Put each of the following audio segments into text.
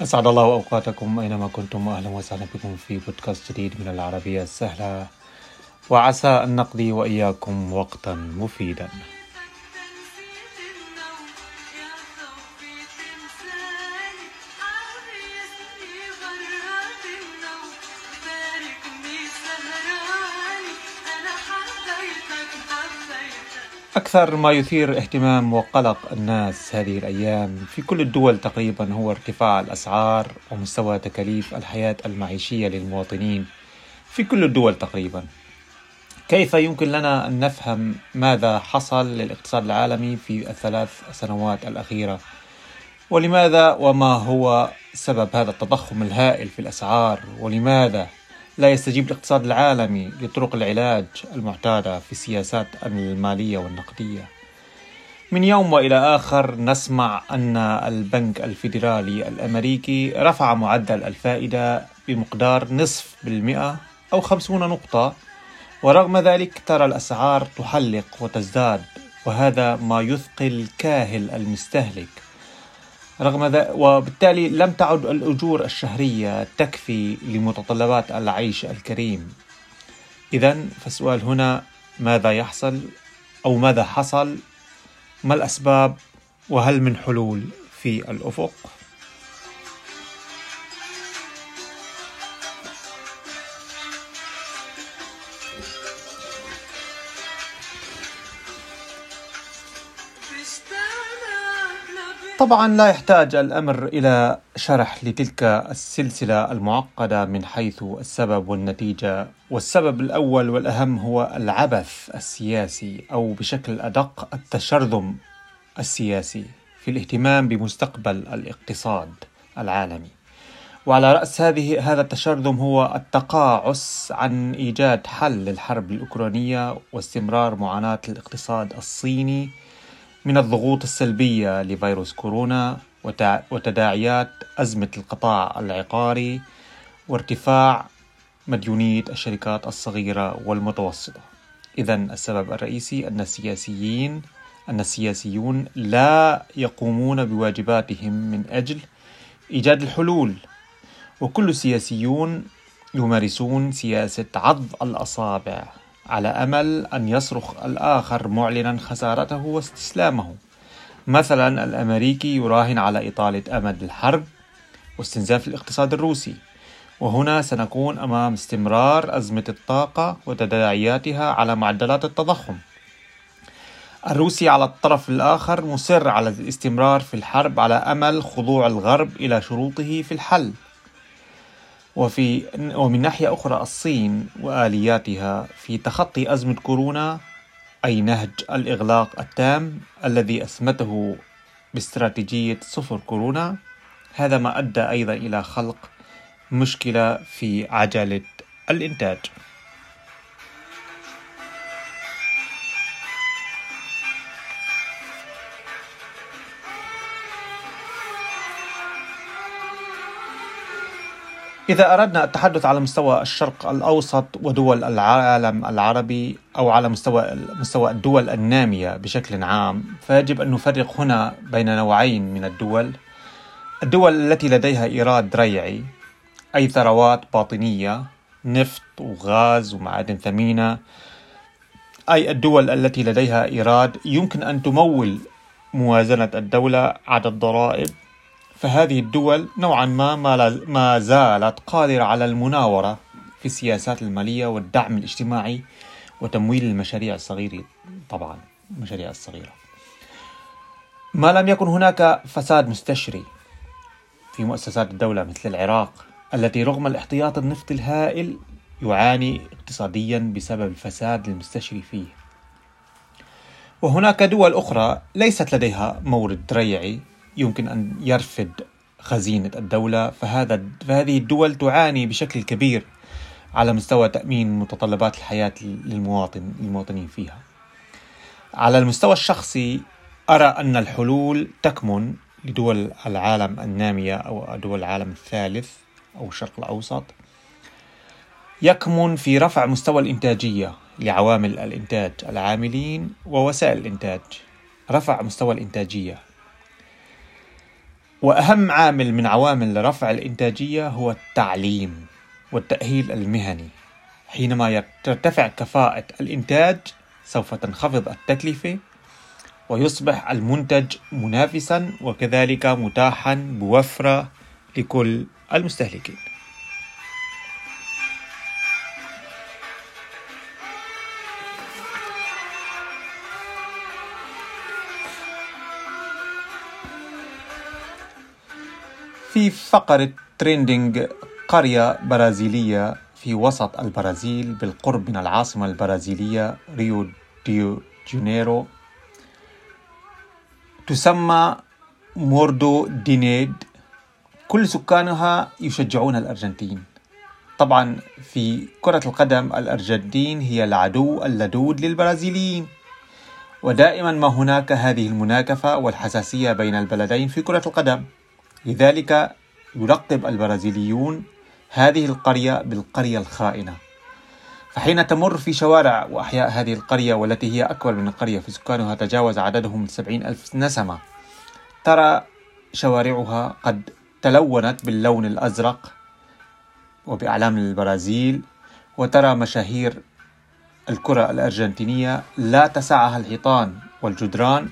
أسعد الله أوقاتكم أينما كنتم، وأهلا وسهلا بكم في بودكاست جديد من العربية السهلة، وعسى أن نقضي وإياكم وقتا مفيدا. أكثر ما يثير اهتمام وقلق الناس هذه الأيام في كل الدول تقريبا هو ارتفاع الأسعار ومستوى تكاليف الحياة المعيشية للمواطنين في كل الدول تقريبا. كيف يمكن لنا أن نفهم ماذا حصل للاقتصاد العالمي في الثلاث سنوات الأخيرة؟ ولماذا وما هو سبب هذا التضخم الهائل في الأسعار؟ ولماذا لا يستجيب الاقتصاد العالمي لطرق العلاج المعتادة في السياسات المالية والنقدية؟ من يوم وإلى آخر نسمع أن البنك الفيدرالي الأمريكي رفع معدل الفائدة بمقدار 0.5% أو 50 نقطة، ورغم ذلك ترى الأسعار تحلق وتزداد، وهذا ما يثقل كاهل المستهلك. وبالتالي لم تعد الأجور الشهرية تكفي لمتطلبات العيش الكريم. إذن فالسؤال هنا: ماذا يحصل أو ماذا حصل؟ ما الأسباب؟ وهل من حلول في الأفق؟ طبعا لا يحتاج الأمر إلى شرح لتلك السلسلة المعقدة من حيث السبب والنتيجة. والسبب الأول والأهم هو العبث السياسي، أو بشكل أدق التشرذم السياسي في الاهتمام بمستقبل الاقتصاد العالمي. وعلى رأس هذا التشرذم هو التقاعس عن إيجاد حل للحرب الأوكرانية واستمرار معاناة الاقتصاد الصيني من الضغوط السلبية لفيروس كورونا وتداعيات أزمة القطاع العقاري وارتفاع مديونية الشركات الصغيرة والمتوسطة. إذن السبب الرئيسي أن السياسيون لا يقومون بواجباتهم من أجل إيجاد الحلول، وكل السياسيون يمارسون سياسة عض الأصابع على أمل أن يصرخ الآخر معلنا خسارته واستسلامه. مثلا الأمريكي يراهن على إطالة أمد الحرب واستنزاف الاقتصاد الروسي، وهنا سنكون أمام استمرار أزمة الطاقة وتداعياتها على معدلات التضخم. الروسي على الطرف الآخر مصر على الاستمرار في الحرب على أمل خضوع الغرب إلى شروطه في الحل. ومن ناحية أخرى الصين وآلياتها في تخطي أزمة كورونا، أي نهج الإغلاق التام الذي أثمته باستراتيجية صفر كورونا، هذا ما أدى أيضا إلى خلق مشكلة في عجلة الإنتاج. إذا أردنا التحدث على مستوى الشرق الأوسط ودول العالم العربي، أو على مستوى الدول النامية بشكل عام، فيجب أن نفرق هنا بين نوعين من الدول التي لديها إيراد ريعي، أي ثروات باطنية، نفط وغاز ومعادن ثمينة، أي الدول التي لديها إيراد يمكن أن تمول موازنة الدولة عدد ضرائب. فهذه الدول نوعا ما زالت قادرة على المناورة في السياسات المالية والدعم الاجتماعي وتمويل المشاريع الصغيرة. طبعا المشاريع الصغيرة، ما لم يكن هناك فساد مستشري في مؤسسات الدولة مثل العراق، التي رغم الاحتياط النفطي الهائل يعاني اقتصاديا بسبب الفساد المستشري فيه. وهناك دول أخرى ليست لديها مورد ريعي يمكن أن يرفد خزينة الدولة، فهذه الدول تعاني بشكل كبير على مستوى تأمين متطلبات الحياة للمواطنين فيها. على المستوى الشخصي أرى أن الحلول تكمن لدول العالم النامية أو دول العالم الثالث أو الشرق الأوسط، يكمن في رفع مستوى الإنتاجية لعوامل الإنتاج، العاملين ووسائل الإنتاج. رفع مستوى الإنتاجية وأهم عامل من عوامل رفع الإنتاجية هو التعليم والتأهيل المهني. حينما ترتفع كفاءة الإنتاج سوف تنخفض التكلفة ويصبح المنتج منافسا وكذلك متاحا بوفرة لكل المستهلكين. في فقرة تريندينج، قرية برازيلية في وسط البرازيل بالقرب من العاصمة البرازيلية ريو دي جانيرو تسمى موردو دينيد. كل سكانها يشجعون الأرجنتين. طبعا في كرة القدم الأرجنتين هي العدو اللدود للبرازيليين، ودائما ما هناك هذه المناكفة والحساسية بين البلدين في كرة القدم. لذلك يلقب البرازيليون هذه القرية بالقرية الخائنة. فحين تمر في شوارع وأحياء هذه القرية والتي هي أكبر من القرية في سكانها تجاوز عددهم 70,000 نسمة، ترى شوارعها قد تلونت باللون الأزرق وبأعلام البرازيل، وترى مشاهير الكرة الأرجنتينية لا تسعها الحيطان والجدران.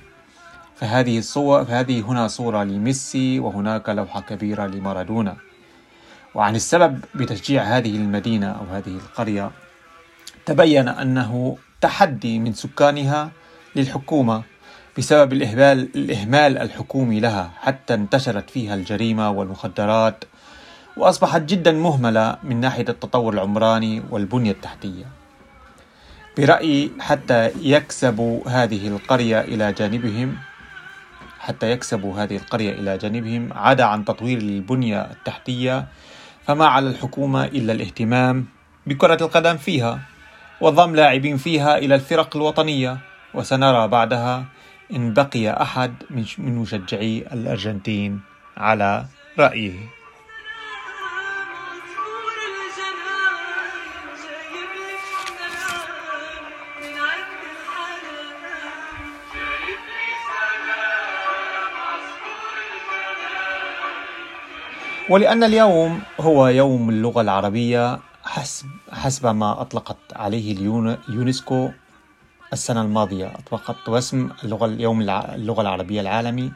فهذه هنا صورة لميسي وهناك لوحة كبيرة لمارادونا. وعن السبب بتشجيع هذه المدينة أو هذه القرية تبين أنه تحدي من سكانها للحكومة بسبب الإهمال الحكومي لها، حتى انتشرت فيها الجريمة والمخدرات وأصبحت جدا مهملة من ناحية التطور العمراني والبنية التحتية. برأيي حتى يكسبوا هذه القرية إلى جانبهم عدا عن تطوير البنية التحتية، فما على الحكومة إلا الاهتمام بكرة القدم فيها وضم لاعبين فيها إلى الفرق الوطنية، وسنرى بعدها إن بقي أحد من مشجعي الأرجنتين على رأيه. ولأن اليوم هو يوم اللغة العربية حسب ما أطلقت عليه اليونسكو السنة الماضية، أطلقت واسم يوم اللغة العربية العالمي،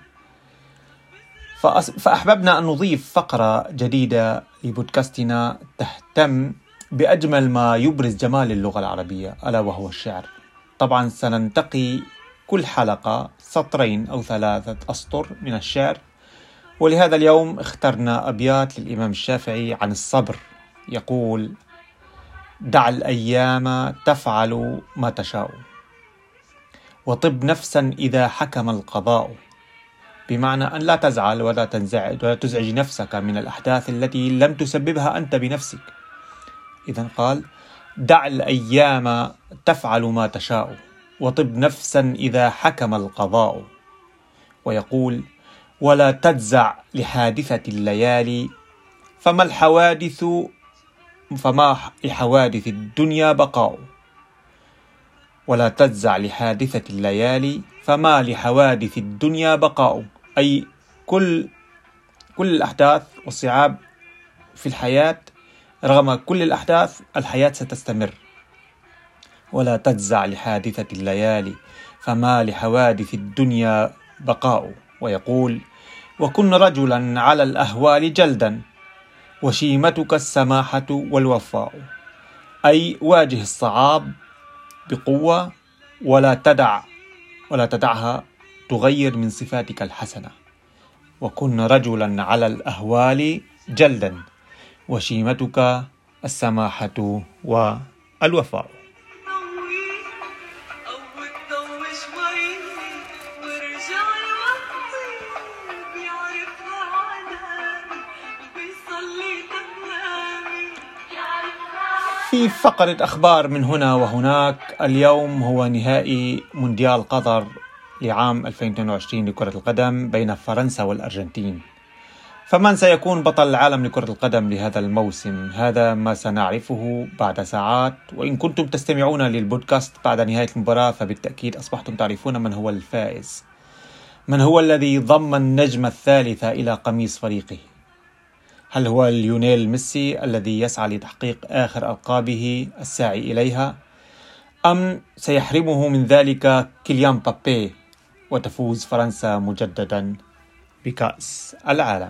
فأحببنا أن نضيف فقرة جديدة لبودكاستنا تهتم بأجمل ما يبرز جمال اللغة العربية، ألا وهو الشعر. طبعا سننتقي كل حلقة 2 أو 3 أسطر من الشعر، ولهذا اليوم اخترنا أبيات للإمام الشافعي عن الصبر. يقول: دع الأيام تفعل ما تشاء، وطب نفسا إذا حكم القضاء. بمعنى أن لا تزعل ولا تزعج نفسك من الأحداث التي لم تسببها أنت بنفسك. إذن قال: دع الأيام تفعل ما تشاء، وطب نفسا إذا حكم القضاء. ويقول: ولا تجزع لحادثة الليالي، فما لحوادث الدنيا بقاء. ولا تجزع لحادثة الليالي، فما لحوادث الدنيا بقاء. أي كل الأحداث والصعاب في الحياة، رغم كل الأحداث الحياة ستستمر. ولا تجزع لحادثة الليالي، فما لحوادث الدنيا بقاء. ويقول: وكن رجلا على الأهوال جلدا، وشيمتك السماحة والوفاء. أي واجه الصعاب بقوة، ولا تدعها تغير من صفاتك الحسنة. وكن رجلا على الأهوال جلدا، وشيمتك السماحة والوفاء. في فقرة أخبار من هنا وهناك، اليوم هو نهائي مونديال قطر لعام 2022 لكرة القدم بين فرنسا والأرجنتين. فمن سيكون بطل العالم لكرة القدم لهذا الموسم؟ هذا ما سنعرفه بعد ساعات. وإن كنتم تستمعون للبودكاست بعد نهاية المباراة فبالتأكيد أصبحتم تعرفون من هو الفائز. من هو الذي ضم النجمة الثالثة إلى قميص فريقه؟ هل هو ليونيل ميسي الذي يسعى لتحقيق آخر ألقابه الساعي إليها؟ أم سيحرمه من ذلك كيليان مبابي وتفوز فرنسا مجددا بكأس العالم؟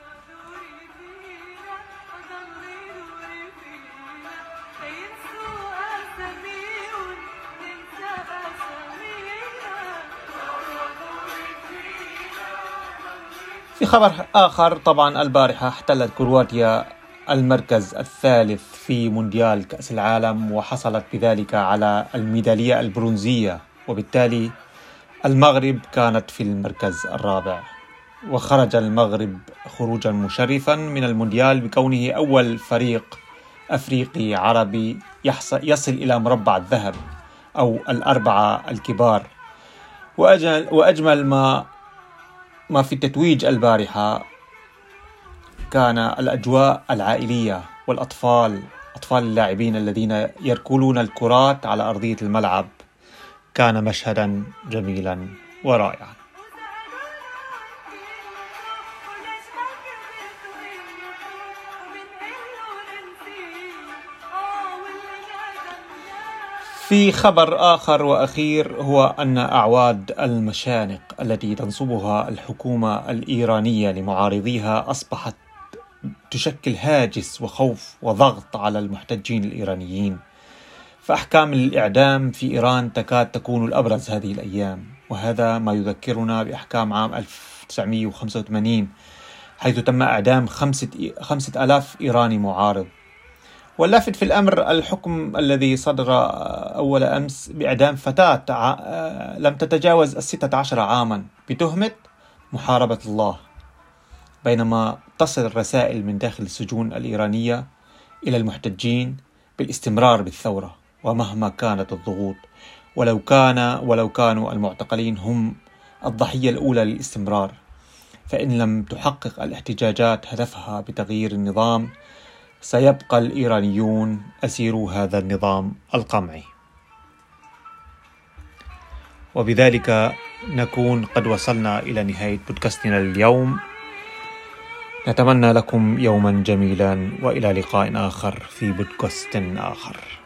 في خبر آخر، طبعا البارحة احتلت كرواتيا المركز الثالث في مونديال كأس العالم، وحصلت بذلك على الميدالية البرونزية، وبالتالي المغرب كانت في المركز الرابع. وخرج المغرب خروجا مشرفا من المونديال بكونه أول فريق أفريقي عربي يصل إلى مربع الذهب أو الأربعة الكبار. وأجمل ما في التتويج البارحة كان الأجواء العائلية والأطفال، أطفال اللاعبين الذين يركلون الكرات على أرضية الملعب. كان مشهدا جميلا ورائعا. في خبر آخر وأخير، هو أن أعواد المشانق التي تنصبها الحكومة الإيرانية لمعارضيها أصبحت تشكل هاجس وخوف وضغط على المحتجين الإيرانيين. فأحكام الإعدام في إيران تكاد تكون الأبرز هذه الأيام، وهذا ما يذكرنا بأحكام عام 1985 حيث تم إعدام 5,000 إيراني معارض. واللافت في الأمر الحكم الذي صدر أول أمس بإعدام فتاة لم تتجاوز 16 عاما بتهمة محاربة الله، بينما تصل الرسائل من داخل السجون الإيرانية إلى المحتجين بالاستمرار بالثورة ومهما كانت الضغوط، ولو كانوا المعتقلين هم الضحية الأولى للاستمرار. فإن لم تحقق الاحتجاجات هدفها بتغيير النظام، سيبقى الإيرانيون أسيرو هذا النظام القمعي. وبذلك نكون قد وصلنا إلى نهاية بودكاستنا اليوم. نتمنى لكم يوما جميلا، وإلى لقاء آخر في بودكاست آخر.